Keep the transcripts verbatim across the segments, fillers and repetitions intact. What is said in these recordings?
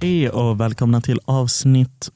Hej och välkomna till avsnitt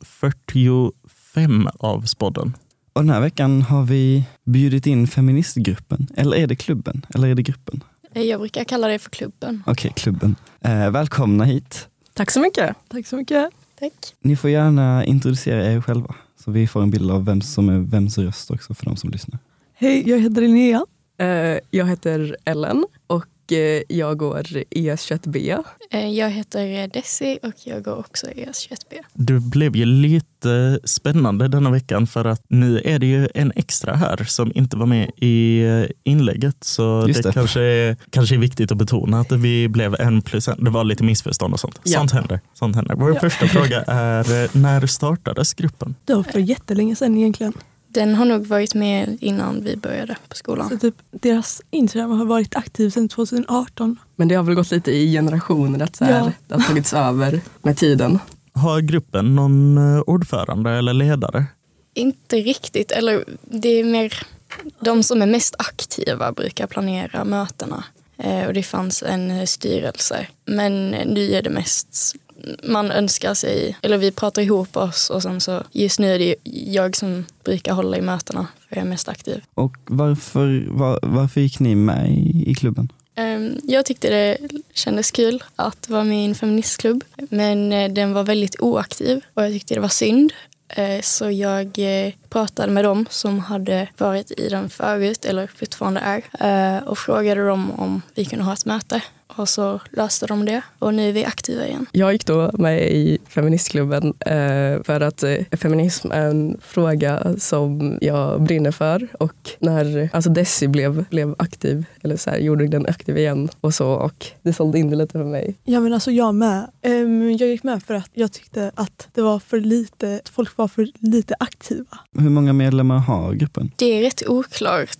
fyrtiofem av Spodden. Och den här veckan har vi bjudit in feministgruppen. Eller är det klubben? Eller är det gruppen? Jag brukar kalla det för klubben. Okej, okay, klubben. Eh, välkomna hit. Tack så mycket. Tack så mycket. Tack. Ni får gärna introducera er själva. Så vi får en bild av vem som är vems röst också för de som lyssnar. Hej, jag heter Linnea. Uh, jag heter Ellen och uh, jag går E S tjugoett B. Uh, jag heter Desi och jag går också E S tjugoett B. Det blev ju lite spännande denna veckan för att nu är det ju en extra här som inte var med i inlägget. Så det, det. Kanske, är, kanske är viktigt att betona att vi blev en plus en. Det var lite missförstånd och sånt. Ja. Sånt händer. Sånt händer. Vår ja. första fråga är, när startades gruppen? Det var för jättelänge sedan egentligen. Den har nog varit med innan vi började på skolan. Så typ deras Instagram har varit aktiv sedan tjugoarton. Men det har väl gått lite i generationer att så här, ja. det har tagits över med tiden. Har gruppen någon ordförande eller ledare? Inte riktigt. Eller det är mer de som är mest aktiva brukar planera mötena. Eh, och det fanns en styrelse. Men nu är det mest... Man önskar sig, eller vi pratar ihop oss och sen så just nu är det jag som brukar hålla i mötena för jag är mest aktiv. Och varför, var, varför gick ni med i, i klubben? Um, jag tyckte det kändes kul att vara med i en feministklubb, men uh, den var väldigt oaktiv och jag tyckte det var synd. Uh, så jag uh, pratade med dem som hade varit i den förut, eller fortfarande är, uh, och frågade dem om vi kunde ha ett möte. Och så löste de det. Och nu är vi aktiva igen. Jag gick då med i feministklubben eh, för att eh, feminism är en fråga som jag brinner för. Och när alltså Desi blev, blev aktiv, eller så här, gjorde den aktiv igen och så. Och det sålde in det lite för mig. Ja, men alltså jag med. Um, jag gick med för att jag tyckte att det var för lite, att folk var för lite aktiva. Hur många medlemmar har gruppen? Det är rätt oklart.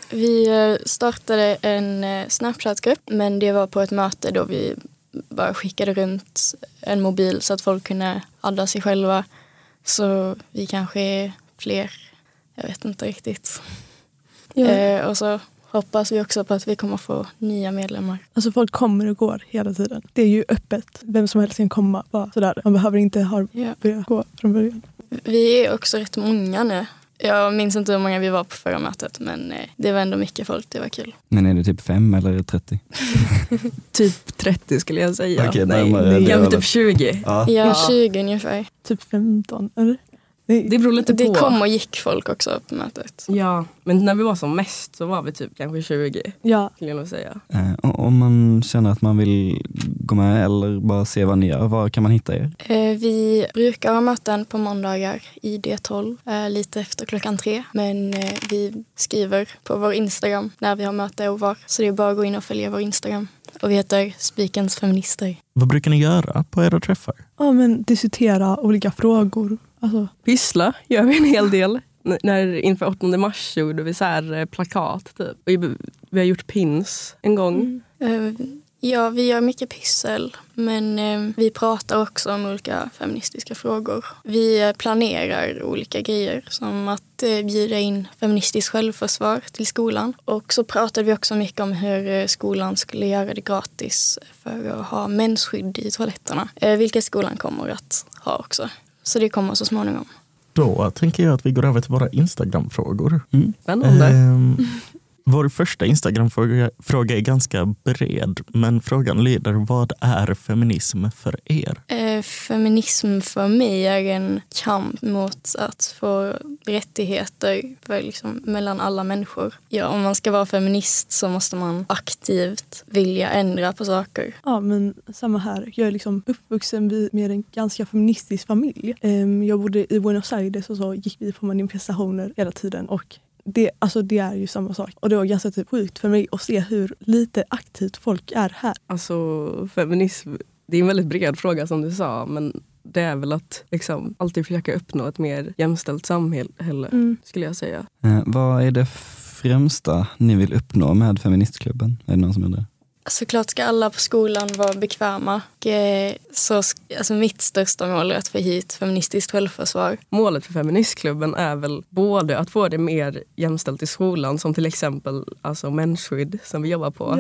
Vi startade en Snapchat-grupp, men det var på ett möte då vi bara skickade runt en mobil så att folk kunde adda sig själva. Så vi kanske är fler. Jag vet inte riktigt. Ja. Eh, och så hoppas vi också på att vi kommer få nya medlemmar. Alltså folk kommer och går hela tiden. Det är ju öppet. Vem som helst kan komma. Bara sådär. Man behöver inte ha ja. börjat gå från början. Vi är också rätt många nu. Jag minns inte hur många vi var på förra mötet, men det var ändå mycket folk, det var kul. Men är det typ fem eller trettio? Typ trettio skulle jag säga. Okej, nej, nej, jag typ tjugo. Ja, ja, tjugo ungefär. Typ femton, eller? Nej. Det beror lite det på. Det kom och gick folk också på mötet. Ja, men när vi var som mest så var vi typ kanske tjugo. Ja. Skulle jag nog säga. Eh, om man känner att man vill gå med eller bara se vad ni gör, var kan man hitta er? Eh, vi brukar ha möten på måndagar i D tolv, eh, lite efter klockan tre. Men eh, vi skriver på vår Instagram när vi har möte och var. Så det är bara att gå in och följa vår Instagram. Och vi heter Spikens Feminister. Vad brukar ni göra på era träffar? Ja, men diskutera olika frågor. Alltså. Pyssla gör vi en hel del. N- när inför åttonde mars gjorde vi så här plakat typ. Vi, vi har gjort pins en gång. Mm. Uh, ja, vi gör mycket pyssel. Men uh, vi pratar också om olika feministiska frågor. Vi uh, planerar olika grejer. Som att uh, bjuda in feministiskt självförsvar till skolan. Och så pratade vi också mycket om hur uh, skolan skulle göra det gratis för att ha mensskydd i toaletterna. Uh, vilket skolan kommer att ha också. Så det kommer så småningom. Då tänker jag att vi går över till våra Instagram-frågor. Mm. Spännande. Ehm, vår första Instagram-fråga fråga är ganska bred. Men frågan lyder, vad är feminism för er? Eh, feminism för mig är en kamp mot att få rättigheter för liksom, mellan alla människor. Ja, om man ska vara feminist så måste man aktivt vilja ändra på saker. Ja, men samma här. Jag är liksom uppvuxen med en ganska feministisk familj. Jag bodde i Buenos Aires och så gick vi på manifestationer hela tiden och Det, alltså det är ju samma sak. Och det var ganska typ sjukt för mig att se hur lite aktivt folk är här. Alltså feminism, det är en väldigt bred fråga som du sa. Men det är väl att liksom, alltid försöka uppnå ett mer jämställt samhälle, mm. skulle jag säga. Eh, vad är det främsta ni vill uppnå med feministklubben? Är det någon som undrar? Såklart ska alla på skolan vara bekväma. Så, alltså mitt största mål är att få hit feministiskt självförsvar. Målet för feministklubben är väl både att få det mer jämställt i skolan, som till exempel alltså mensskydd som vi jobbar på. Ja.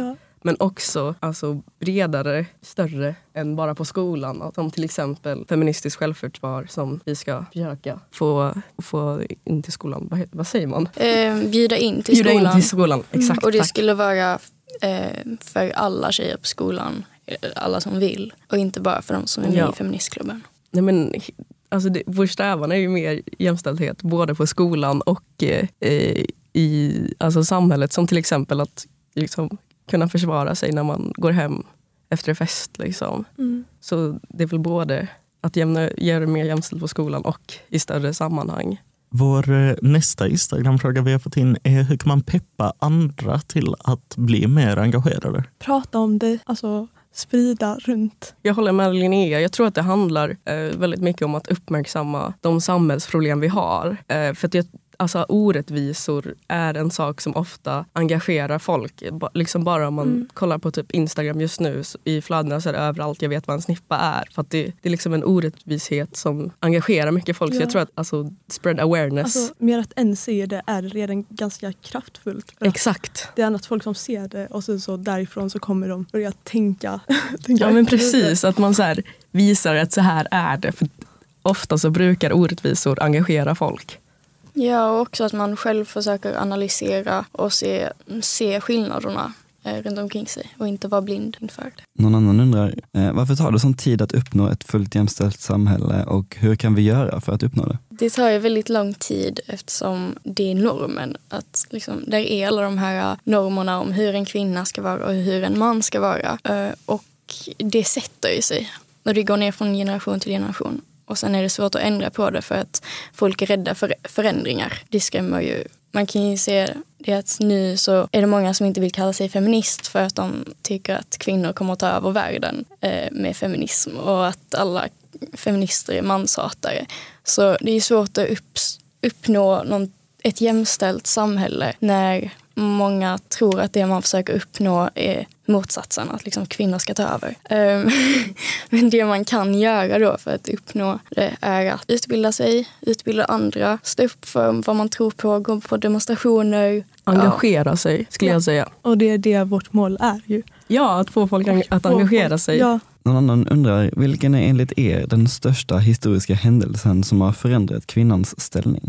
Men också alltså, bredare, större än bara på skolan. Som till exempel feministiskt självförsvar som vi ska försöka få, få in till skolan. Vad, vad säger man? Eh, bjuda in till bjuda skolan. In till skolan. Exakt, mm. Och det tack. skulle vara eh, för alla tjejer på skolan. Alla som vill. Och inte bara för de som är med ja. i feministklubben. Nej, men, alltså det, vår strävan är ju mer jämställdhet både på skolan och eh, i alltså samhället. Som till exempel att liksom, kunna försvara sig när man går hem efter en fest. Liksom. Mm. Så det är väl både att jämna, göra det mer jämställt på skolan och i större sammanhang. Vår nästa Instagram-fråga vi har fått in är hur kan man peppa andra till att bli mer engagerade? Prata om det, alltså sprida runt. Jag håller med Linnea. Jag tror att det handlar eh, väldigt mycket om att uppmärksamma de samhällsproblem vi har. Eh, för att jag Alltså orättvisor är en sak som ofta engagerar folk. Ba- liksom bara om man mm. kollar på typ Instagram just nu i flödena så är det överallt jag vet vad en snippa är. För att det, det är liksom en orättvishet som engagerar mycket folk. Ja. Så jag tror att alltså, spread awareness. Alltså, mer att en ser det är redan ganska kraftfullt. Exakt. Det är annat folk som ser det och så, så därifrån så kommer de börja tänka. tänka ja men precis, att man så här visar att så här är det. För ofta så brukar orättvisor engagera folk. Ja, och också att man själv försöker analysera och se, se skillnaderna eh, runt omkring sig och inte vara blind inför det. Någon annan undrar, eh, varför tar det sån tid att uppnå ett fullt jämställt samhälle och hur kan vi göra för att uppnå det? Det tar ju väldigt lång tid eftersom det är normen. Att liksom, där är alla de här normerna om hur en kvinna ska vara och hur en man ska vara. Eh, och det sätter ju sig när det går ner från generation till generation. Och sen är det svårt att ändra på det för att folk är rädda för förändringar. Det skrämmer ju. Man kan ju se det att nu så är det många som inte vill kalla sig feminist för att de tycker att kvinnor kommer att ta över världen eh, med feminism och att alla feminister är manshatare. Så det är svårt att upp, uppnå någon, ett jämställt samhälle när många tror att det man försöker uppnå är motsatsen, att liksom kvinnor ska ta över. Um, men det man kan göra då för att uppnå det är att utbilda sig, utbilda andra, stå upp för vad man tror på, gå på demonstrationer. Engagera ja. sig, skulle jag säga. Och det är det vårt mål är ju. Ja, att få folk att engagera sig. Ja. Någon annan undrar, vilken är enligt er den största historiska händelsen som har förändrat kvinnans ställning?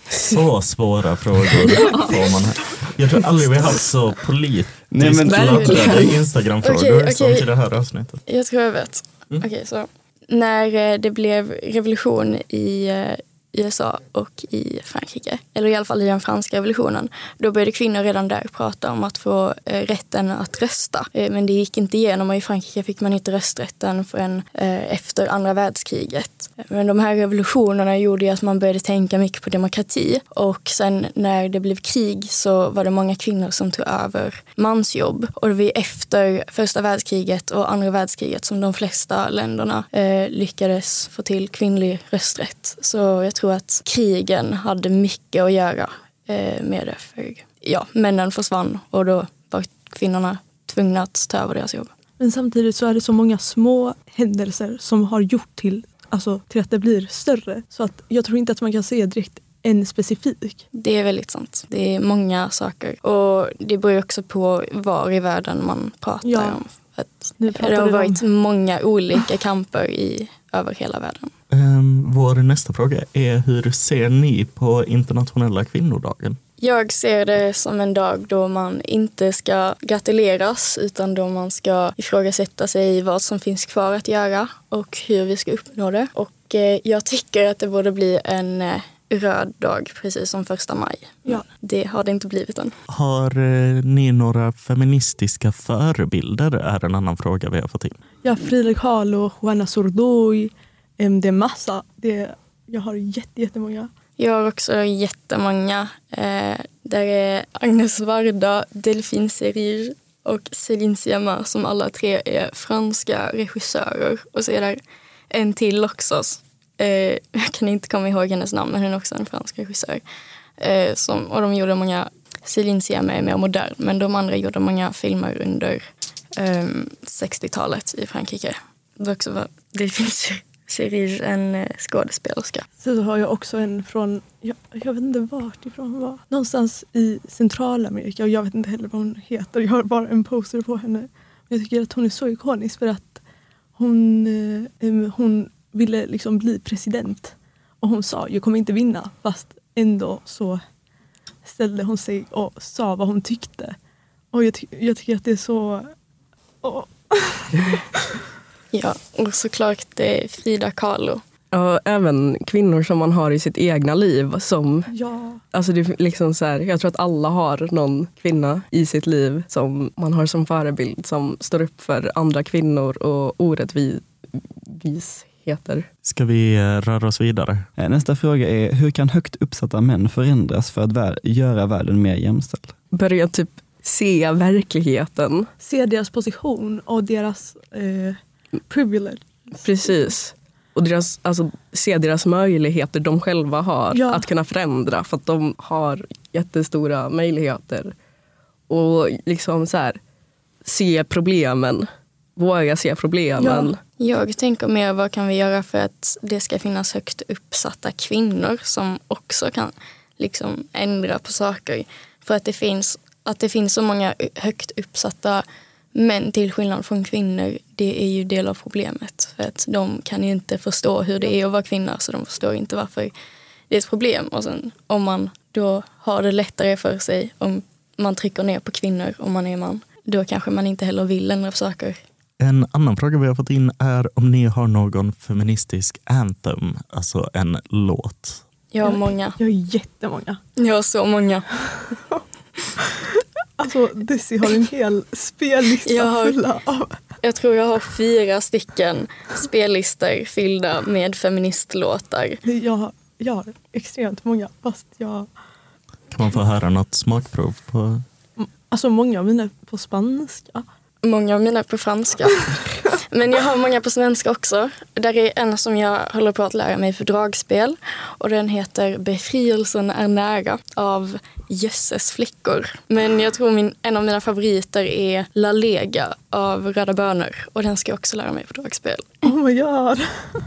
Så svåra frågor får man här. Jag tror aldrig vi har haft så politiskt laddade Instagram-frågor okay, okay. som till det här avsnittet. Jag tror jag vet. Mm. Okej, så när det blev revolution i U S A och i Frankrike, eller i alla fall i den franska revolutionen, då började kvinnor redan där prata om att få eh, rätten att rösta. Eh, men det gick inte igenom och i Frankrike fick man inte rösträtten förrän eh, efter andra världskriget. Men de här revolutionerna gjorde ju att man började tänka mycket på demokrati och sen när det blev krig så var det många kvinnor som tog över mansjobb. Och det var efter första världskriget och andra världskriget som de flesta länderna eh, lyckades få till kvinnlig rösträtt. Så jag tror att krigen hade mycket att göra eh, med det. För, ja, männen försvann och då var kvinnorna tvungna att ta över deras jobb. Men samtidigt så är det så många små händelser som har gjort till, alltså, till att det blir större. Så att jag tror inte att man kan säga direkt en specifik. Det är väldigt sant. Det är många saker. Och det beror också på var i världen man pratar ja. om. Att det har varit om. många olika kamper i, över hela världen. Um, vår nästa fråga är hur ser ni på internationella kvinnodagen? Jag ser det som en dag då man inte ska gratuleras utan då man ska ifrågasätta sig vad som finns kvar att göra och hur vi ska uppnå det. Och eh, jag tycker att det borde bli en eh, röd dag precis som första maj. Ja. Det har det inte blivit än. Har eh, ni några feministiska förebilder är en annan fråga vi har fått in. Ja, Frida Kahlo, Juana Zurduy, M D Massa. Det, jag har jätte, jättemånga. Jag har också jättemånga. Eh, där är Agnes Varda, Delphine Seyrig och Céline Sciamma som alla tre är franska regissörer. Och så är där en till också. Eh, jag kan inte komma ihåg hennes namn, men hon är också en fransk regissör. Eh, som, och de gjorde många, Céline Sciamma är mer modern, men de andra gjorde många filmer under eh, sextiotalet i Frankrike. Det också var Delphine Serige, en skådespelerska. Så har jag också en från, jag, jag vet inte vart ifrån hon var. Någonstans i Centralamerika och jag vet inte heller vad hon heter. Jag har bara en poster på henne. Men jag tycker att hon är så ikonisk för att hon, eh, hon ville liksom bli president. Och hon sa, jag kommer inte vinna. Fast ändå så ställde hon sig och sa vad hon tyckte. Och jag, ty- jag tycker att det är så... Oh. Ja, och såklart det är Frida Kahlo. Och även kvinnor som man har i sitt egna liv. Som, Ja. alltså det är liksom så här, jag tror att alla har någon kvinna i sitt liv som man har som förebild. Som står upp för andra kvinnor och orättvisheter. Ska vi röra oss vidare? Nästa fråga är, hur kan högt uppsatta män förändras för att vär- göra världen mer jämställd? Börja typ se verkligheten. Se deras position och deras eh, privilege. Precis. Och deras, alltså, se deras möjligheter de själva har Ja. att kunna förändra. För att de har jättestora möjligheter. Och liksom så här, se problemen. Våga se problemen. Ja. Jag tänker mer, vad kan vi göra för att det ska finnas högt uppsatta kvinnor som också kan liksom ändra på saker. För att det finns, att det finns så många högt uppsatta män till skillnad från kvinnor, det är ju del av problemet. För att de kan ju inte förstå hur det är att vara kvinna, så de förstår inte varför det är ett problem. Och sen om man då har det lättare för sig, om man trycker ner på kvinnor om man är man, då kanske man inte heller vill ändra på saker. En annan fråga vi har fått in är om ni har någon feministisk anthem, alltså en låt. Jag har många. Jag har jättemånga. Jag har så många. Alltså, Desi har en hel spellista Jag har- fulla av... Jag tror jag har fyra stycken spellistor fyllda med feministlåtar. Jag har, jag har extremt många, fast jag... Kan man få höra något smakprov på? Alltså många av mina är på spanska. Många av mina är på franska. Men jag har många på svenska också. Där är en som jag håller på att lära mig för dragspel. Och den heter Befrielsen är nära av Jösses flickor. Men jag tror min, en av mina favoriter är La Lega av Röda Bönor. Och den ska jag också lära mig på dragspel. Oh my god.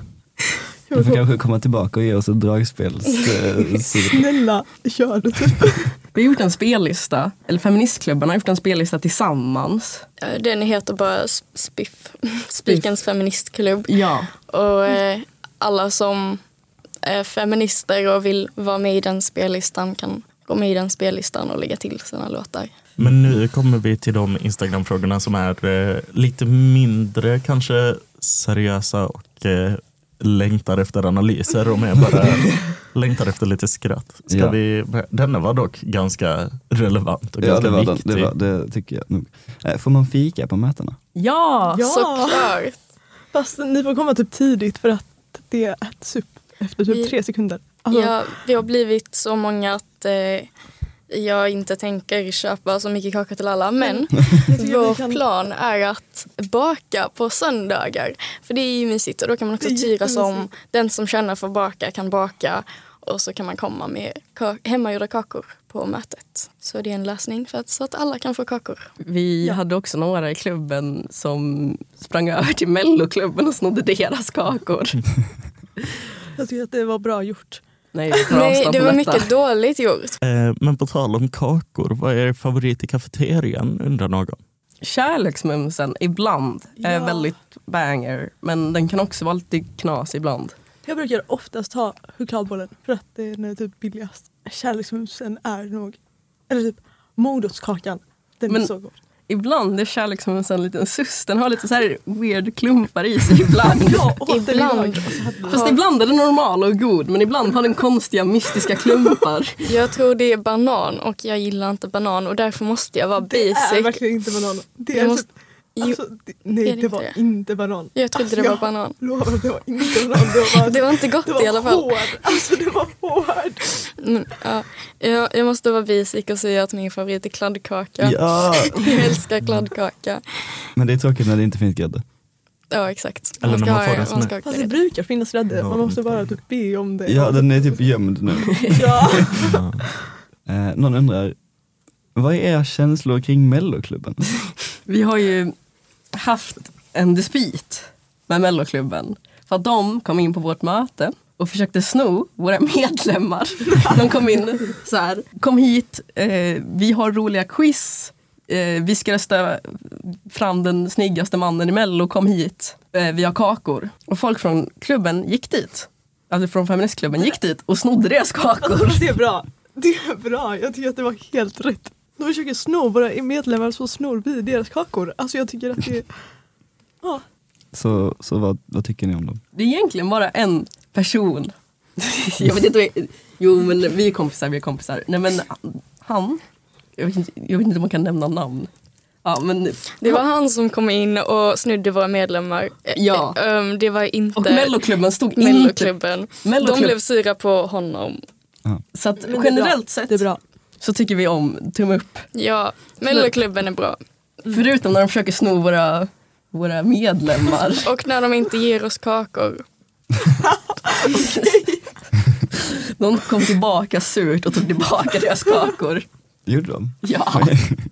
Du får kanske komma tillbaka och ge oss ett dragspels... eh, Snälla, gör det. Vi har gjort en spellista, eller feministklubben har gjort en spellista tillsammans. Den heter bara Spiff, Spikens feministklubb. Ja. Och eh, alla som är feminister och vill vara med i den spellistan kan gå med i den spellistan och lägga till sina låtar. Men nu kommer vi till de Instagram-frågorna som är eh, lite mindre kanske seriösa och eh, längtar efter analyser och mer bara längtar efter lite skratt. Ska Ja. vi, denna var dock ganska relevant och Ja, ganska det var den. viktig. Det, var, det tycker jag nog. Eh, Får man fika på mötena? Ja! Ja. Såklart! Fast ni får komma typ tidigt för att det äts upp efter typ Vi- tre sekunder. Alltså, Ja, vi har blivit så många att eh, jag inte tänker köpa så mycket kakor till alla. Men jag tycker vår vi kan- plan är att baka på söndagar. För det är ju mysigt och då kan man också Det är tyra som jättemysigt. den som känner för baka kan baka. Och så kan man komma med ka- hemmagjorda kakor på mötet. Så det är en lösning för att, så att alla kan få kakor. Vi Ja. hade också några i klubben som sprang över till Melloklubben och snodde deras kakor. Jag tycker att det var bra gjort. Nej, vi tar Nej, avstånd det från var detta. mycket dåligt gjort. Eh, men på tal om kakor, vad är er favorit i kafeterian, undrar någon? Kärleksmumsen ibland är Ja. väldigt banger, men den kan också vara lite knas ibland. Jag brukar oftast ha chokladbollen för att den är typ billigast. Kärleksmumsen är nog... Eller typ morotskakan. Den Men- är så god. Ibland är kärleksmumsen en liten sus. Den har lite så här weird klumpar i sig ibland. Ja, och den är Ibland. god. Och så hade vi- Fast ibland är den normal och god, men ibland har den konstiga mystiska klumpar. Jag tror det är banan och jag gillar inte banan och därför måste jag vara Det är basic. verkligen inte banan. Det Jag är måste- typ, alltså, det, nej, Är det det var inte det? inte banan. Jag trodde det Alltså, var jag banan. lovar att det var inte banan. Det var, bara, Det var inte gott det var i alla fall. hård. Alltså det var hård. Men, ja, jag, jag måste vara basic och säga att min favorit är kladdkaka. Ja, Jag älskar kladdkaka. men det är tråkigt när det inte finns grädde. Ja, exakt. Eller när man ha- får den som man är- ska ha Fast det grädde. brukar finnas grädde. Ja, Man måste bara typ be om det. Ja, den är typ gömd nu. Ja. Ja. Eh, någon undrar, vad är era känslor kring Melloklubben? Vi har ju haft en dispyt med Melloklubben. För att de kom in på vårt möte och försökte sno våra medlemmar. De kom in så här, kom hit, eh, vi har roliga quiz, eh, vi ska rösta fram den snyggaste mannen i Mello, kom hit, eh, vi har kakor. Och folk från klubben gick dit, alltså från feministklubben gick dit och snodde deras kakor. Alltså, det är bra, det är bra, jag tycker att det var helt rätt. De försöker sno våra medlemmar så snor vi deras kakor. Alltså jag tycker att det är... Ja. Så, så vad, vad tycker ni om dem? Det är egentligen bara en person. Jag vet inte, jo men vi är kompisar, vi är kompisar. Nej men han, jag vet inte, jag vet inte om man kan nämna namn. Ja, men, det var han som kom in och snodde våra medlemmar. Ja. Det var inte... Och Melloklubben stod Melloklubben. inte... Melloklubb. De blev sura på honom. Ja. Så att generellt sett det är bra. Så tycker vi om tumme upp. Ja, Melloklubben är bra. Förutom när de försöker sno våra, våra medlemmar. Och när de inte ger oss kakor. De kom tillbaka surt och tog tillbaka deras kakor. Gjorde de? Ja.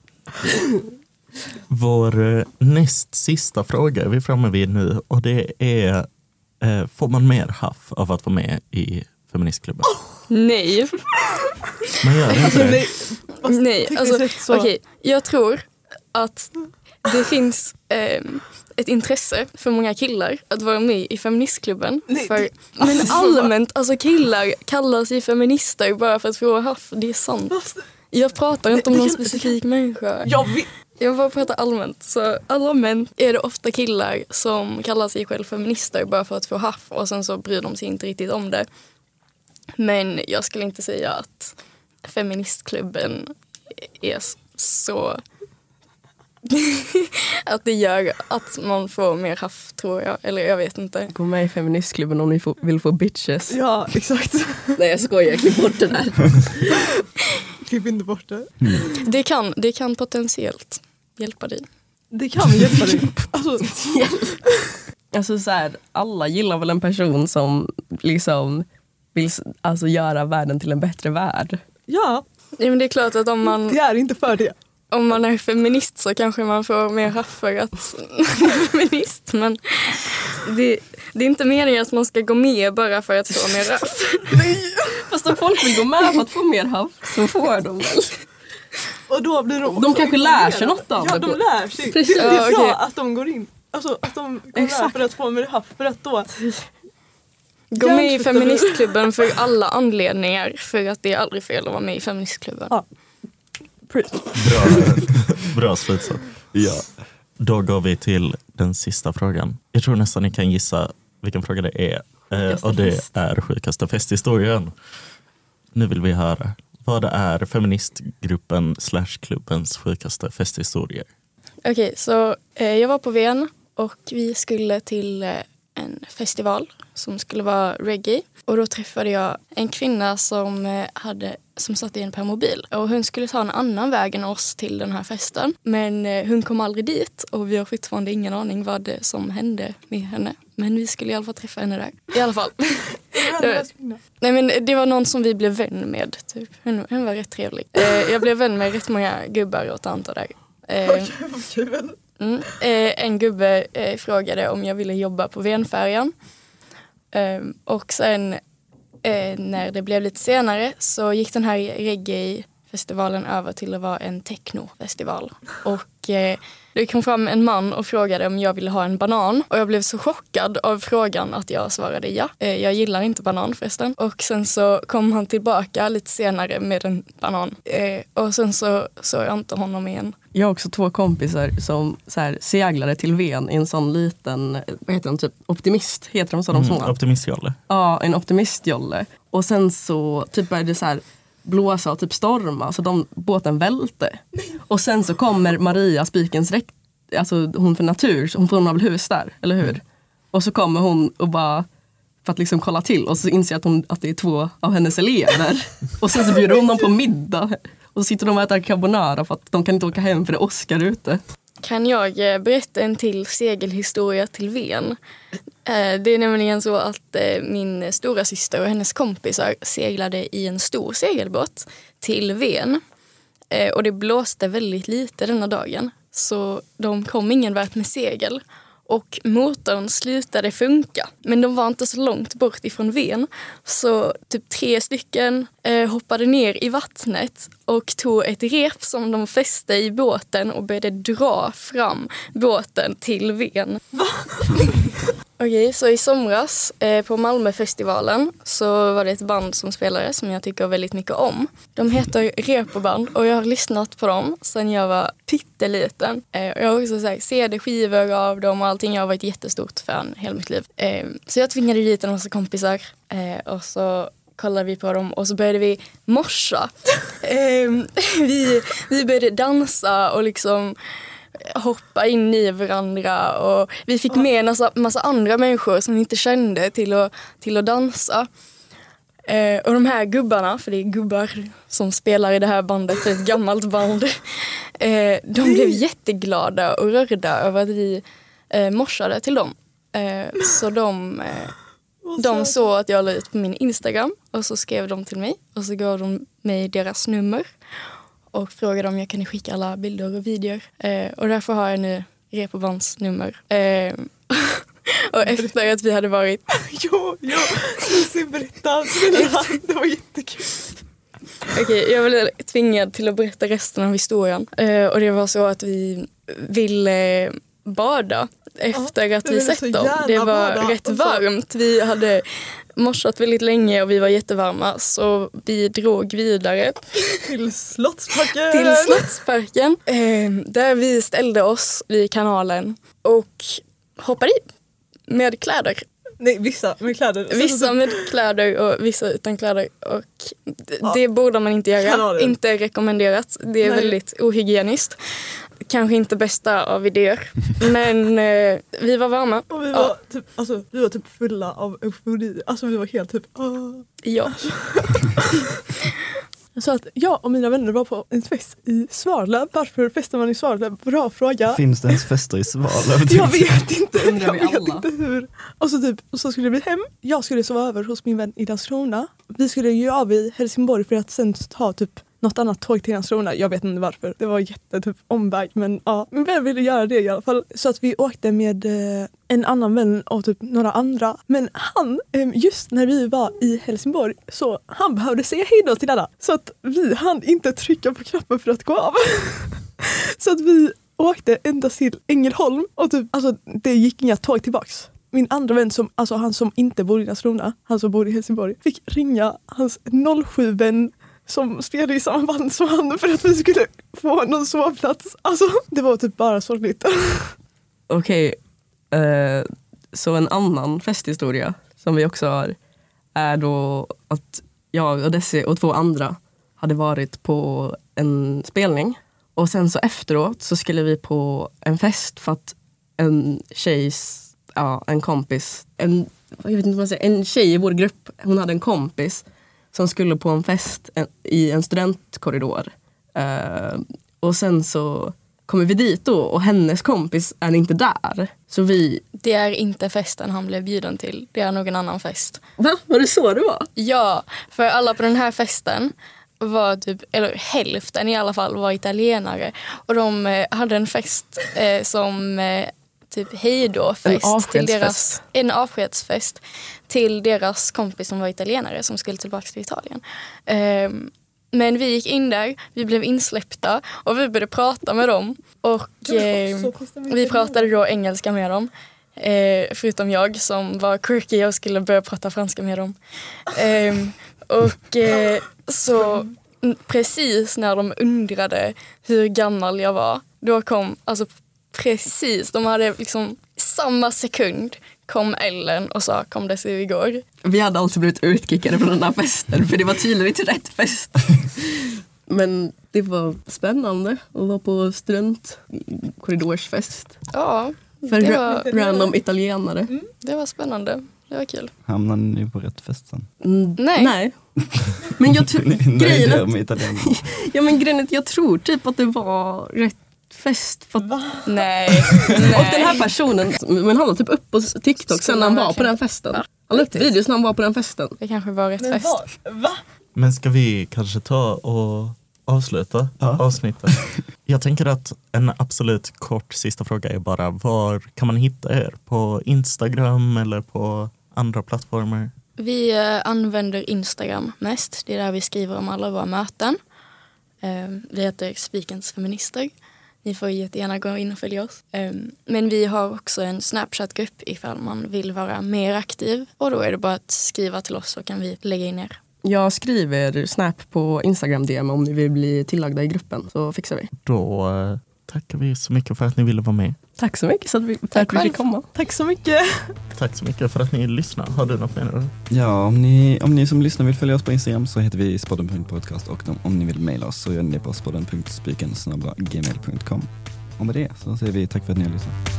Vår näst sista fråga är vi framme vid nu och det är eh, får man mer haff av att vara med i feministklubben? Nej. Man gör inte det. Nej, alltså okej. Okay. Jag tror att det finns eh, ett intresse för många killar att vara med i feministklubben. För, men allmänt, alltså killar kallar sig feminister bara för att få haff. Det är sant. Jag pratar inte om någon specifik människa. Jag vill... Jag bara pratar allmänt. Så allmänt är det ofta killar som kallar sig själv feminister bara för att få haff. Och sen så bryr de sig inte riktigt om det. Men jag skulle inte säga att feministklubben är så... att det gör att man får mer haff, tror jag. Eller jag vet inte. Gå med i feministklubben om ni får, vill få bitches. Ja, exakt. Nej, jag skojar. Klipp bort det där. Klipp inte bort det. Mm. Det kan, det kan potentiellt hjälpa dig. Det kan hjälpa dig. Alltså, alltså så här, alla gillar väl en person som liksom vill alltså göra världen till en bättre värld. Ja. Ja, men det är klart att om man... Det är inte för det. Om man är feminist så kanske man får mer haff för att man är feminist. Men det, det är inte meningen att man ska gå med bara för att få mer haff. Fast om folk vill gå med för att få mer haff så får de väl. Och då blir de de kanske lär sig något av det. Ja, de lär sig. Precis. Det, det är Ja, bra okay. att de går in. Alltså att de går Exakt. med för att få mer haff. För att då... Gå med i feministklubben för alla anledningar. För att det är aldrig fel att vara med i feministklubben. Ja. Bra, bra slutsats. Ja. Då går vi till den sista frågan. Jag tror nästan ni kan gissa vilken fråga det är. Eh, och det är sjukaste festhistorien. Nu vill vi höra. Vad är feministgruppen slash klubbens sjukaste festhistorier? Okej, okay, så eh, jag var på Ven och vi skulle till eh, en festival som skulle vara reggae. Och då träffade jag en kvinna som, eh, hade, som satt i en permobil. Och hon skulle ta en annan väg än oss till den här festen. Men eh, hon kom aldrig dit och vi har fortfarande ingen aning vad det som hände med henne. Men vi skulle i alla fall träffa henne där. I alla fall. det, nej, men det var någon som vi blev vän med. Typ. Hon, hon var rätt trevlig. Eh, jag blev vän med rätt många gubbar och tanter där. Eh, mm, eh, en gubbe eh, frågade om jag ville jobba på Venfärjan. Eh, och sen eh, när det blev lite senare så gick den här reggae-festivalen över till att vara en techno-festival. Och eh, det kom fram en man och frågade om jag ville ha en banan. Och jag blev så chockad av frågan att jag svarade ja. Eh, jag gillar inte banan förresten. Och sen så kom han tillbaka lite senare med en banan. Eh, och sen så såg jag inte honom igen. Jag har också två kompisar som så här, seglade till Ven i en sån liten, vad heter de, typ optimist, heter de så de små? Mm, optimistjolle. Ja, en optimistjolle. Och sen så typ började det så här blåsa och typ storma, så de, båten välte. Och sen så kommer Maria Spikens räck, alltså hon för natur, hon får hon väl hus där, eller hur? Mm. Och så kommer hon och bara för att liksom kolla till och så inser att, hon, att det är två av hennes elever. Och sen så bjuder hon dem på middag. Och så sitter de och äter carbonara för att de kan inte åka hem för det åskar ute. Kan jag berätta en till segelhistoria till Ven? Det är nämligen så att min stora syster och hennes kompisar seglade i en stor segelbåt till Ven. Och det blåste väldigt lite denna dagen. Så de kom ingen vart med segel. och motorn slutade funka. Men de var inte så långt bort ifrån Ven, så typ tre stycken eh, hoppade ner i vattnet och tog ett rep som de fäste i båten och började dra fram båten till Ven. Okej, så i somras eh, på Malmöfestivalen så var det ett band som spelade som jag tycker väldigt mycket om. De heter Repoband och jag har lyssnat på dem sedan jag var pytteliten. Eh, jag har också sagt, C D-skivor av dem och allting. Jag har varit jättestort fan hela mitt liv. Eh, så jag tvingade dit en massa kompisar eh, och så kollade vi på dem och så började vi morsa. eh, vi, vi började dansa och liksom hoppa in i varandra och vi fick med en massa, massa andra människor som vi inte kände till att, till att dansa. Eh, och de här gubbarna, för det är gubbar som spelar i det här bandet, ett gammalt band, eh, de blev jätteglada och rörda över att vi eh, morsade till dem. Eh, så de, eh, de såg att jag la ut på min Instagram och så skrev de till mig och så gav de mig deras nummer och frågade om jag kunde skicka alla bilder och videor. Eh, och därför har jag nu Repobands nummer. Eh, och efter att vi hade varit... jo, jo, du berätta. Det var jättekul. Okej, okay, jag blev tvingad till att berätta resten av historien. Eh, och det var så att vi ville bada efter ja, att vi sett dem. Det var bada. rätt varmt. Vi hade morsat väldigt länge och vi var jättevarma, så vi drog vidare till Slottsparken, till Slottsparken eh, där vi ställde oss vid kanalen och hoppade i med kläder. Nej, vissa med kläder. Vissa med kläder och vissa utan kläder. Och ja. Det borde man inte göra. Kanalen. Inte rekommenderat. Det är Nej. väldigt ohygieniskt. Kanske inte bästa av idéer. Men eh, vi var varma. Och vi var, ja. typ, alltså, vi var typ fulla av eufori. Alltså vi var helt typ... Åh. Ja. Så att jag och mina vänner var på en fest i Svalöv. Varför festar man i Svalöv? Bra fråga. Finns det ens fester i Svalöv? Jag vet inte. Undrar vi jag vet alla. inte hur. Och så, typ, och så skulle vi hem. Jag skulle sova över hos min vän i Landskrona. Vi skulle ju av i Helsingborg för att sen ta typ något annat tåg till Landskrona. Jag vet inte varför. Det var jätte typ omväg. Men ja, min vän ville göra det i alla fall. Så att vi åkte med eh, en annan vän och typ några andra. Men han, eh, just när vi var i Helsingborg, så han behövde säga hej då till alla. Så att vi hann inte trycka på knappen för att gå av. Så att vi åkte ända till Ängelholm. Och typ, alltså det gick inga tåg tillbaks. Min andra vän, som, alltså han som inte bor i Landskrona, han som bor i Helsingborg, fick ringa hans noll sju-vän som spelade i samma band som han för att vi skulle få någon sovplats. Alltså, det var typ bara sorgligt. Okej, okay. eh, så en annan festhistoria som vi också har är då att jag och Desi och två andra hade varit på en spelning. Och sen så efteråt så skulle vi på en fest för att en tjejs, ja, en kompis, en, jag vet inte vad man säger, en tjej i vår grupp, hon hade en kompis som skulle på en fest en, i en studentkorridor. Uh, och sen så kommer vi dit då och hennes kompis är inte där. Så vi... Det är inte festen han blev bjuden till. Det är någon annan fest. Va? Var det så det var? Ja, för alla på den här festen var typ, eller hälften i alla fall, var italienare. Och de eh, hade en fest eh, som... Eh, typ hejdå-fest. En avskedsfest. Till deras, en avskedsfest till deras kompis som var italienare som skulle tillbaka till Italien. Um, men vi gick in där, vi blev insläppta och vi började prata med dem. Och eh, vi pratade då engelska med dem. Eh, förutom jag som var quirky och skulle börja prata franska med dem. Um, och eh, så precis när de undrade hur gammal jag var, då kom, alltså precis, de hade liksom samma sekund kom Ellen och sa kom det sig igår. Vi hade alltså blivit utkickade från den här festen för det var tydligen inte rätt fest. Men det var spännande att vara på studentkorridorsfest. Ja, för det var, random italienare. Mm, det var spännande. Det var kul. Hamnade ni på rätt fest sen? Mm, nej. nej. Men jag tror grejen att, med italienare. ja, men grejen att jag tror typ att det var rätt fest för att... Nej, nej. Och den här personen, men han var typ upp på TikTok sen när han var på den festen. Han la upp videos när han var på den festen. Det kanske var rätt men fest. Va? Va? Men ska vi kanske ta och avsluta ja. avsnittet. Jag tänker att en absolut kort sista fråga är bara, var kan man hitta er? På Instagram eller på andra plattformar? Vi använder Instagram mest. Det är där vi skriver om alla våra möten. Vi heter Spikens feminister. Ni får jättegärna gå in och följa oss. Men vi har också en Snapchat-grupp ifall man vill vara mer aktiv. Och då är det bara att skriva till oss så kan vi lägga in er. Jag skriver Snap på Instagram D M om ni vill bli tillagda i gruppen, så fixar vi. Då eh, tackar vi så mycket för att ni ville vara med. Tack så mycket så att vi, för att vi fick komma. Tack så mycket. Tack så mycket för att ni lyssnar. Har du något mer? Ja, om ni, om ni som lyssnar vill följa oss på Instagram så heter vi spodden punkt podcast och de, om ni vill mejla oss så gör ni det på spodden punkt spiken snabel-a gmail punkt com. Och med det så säger vi tack för att ni har lyssnat.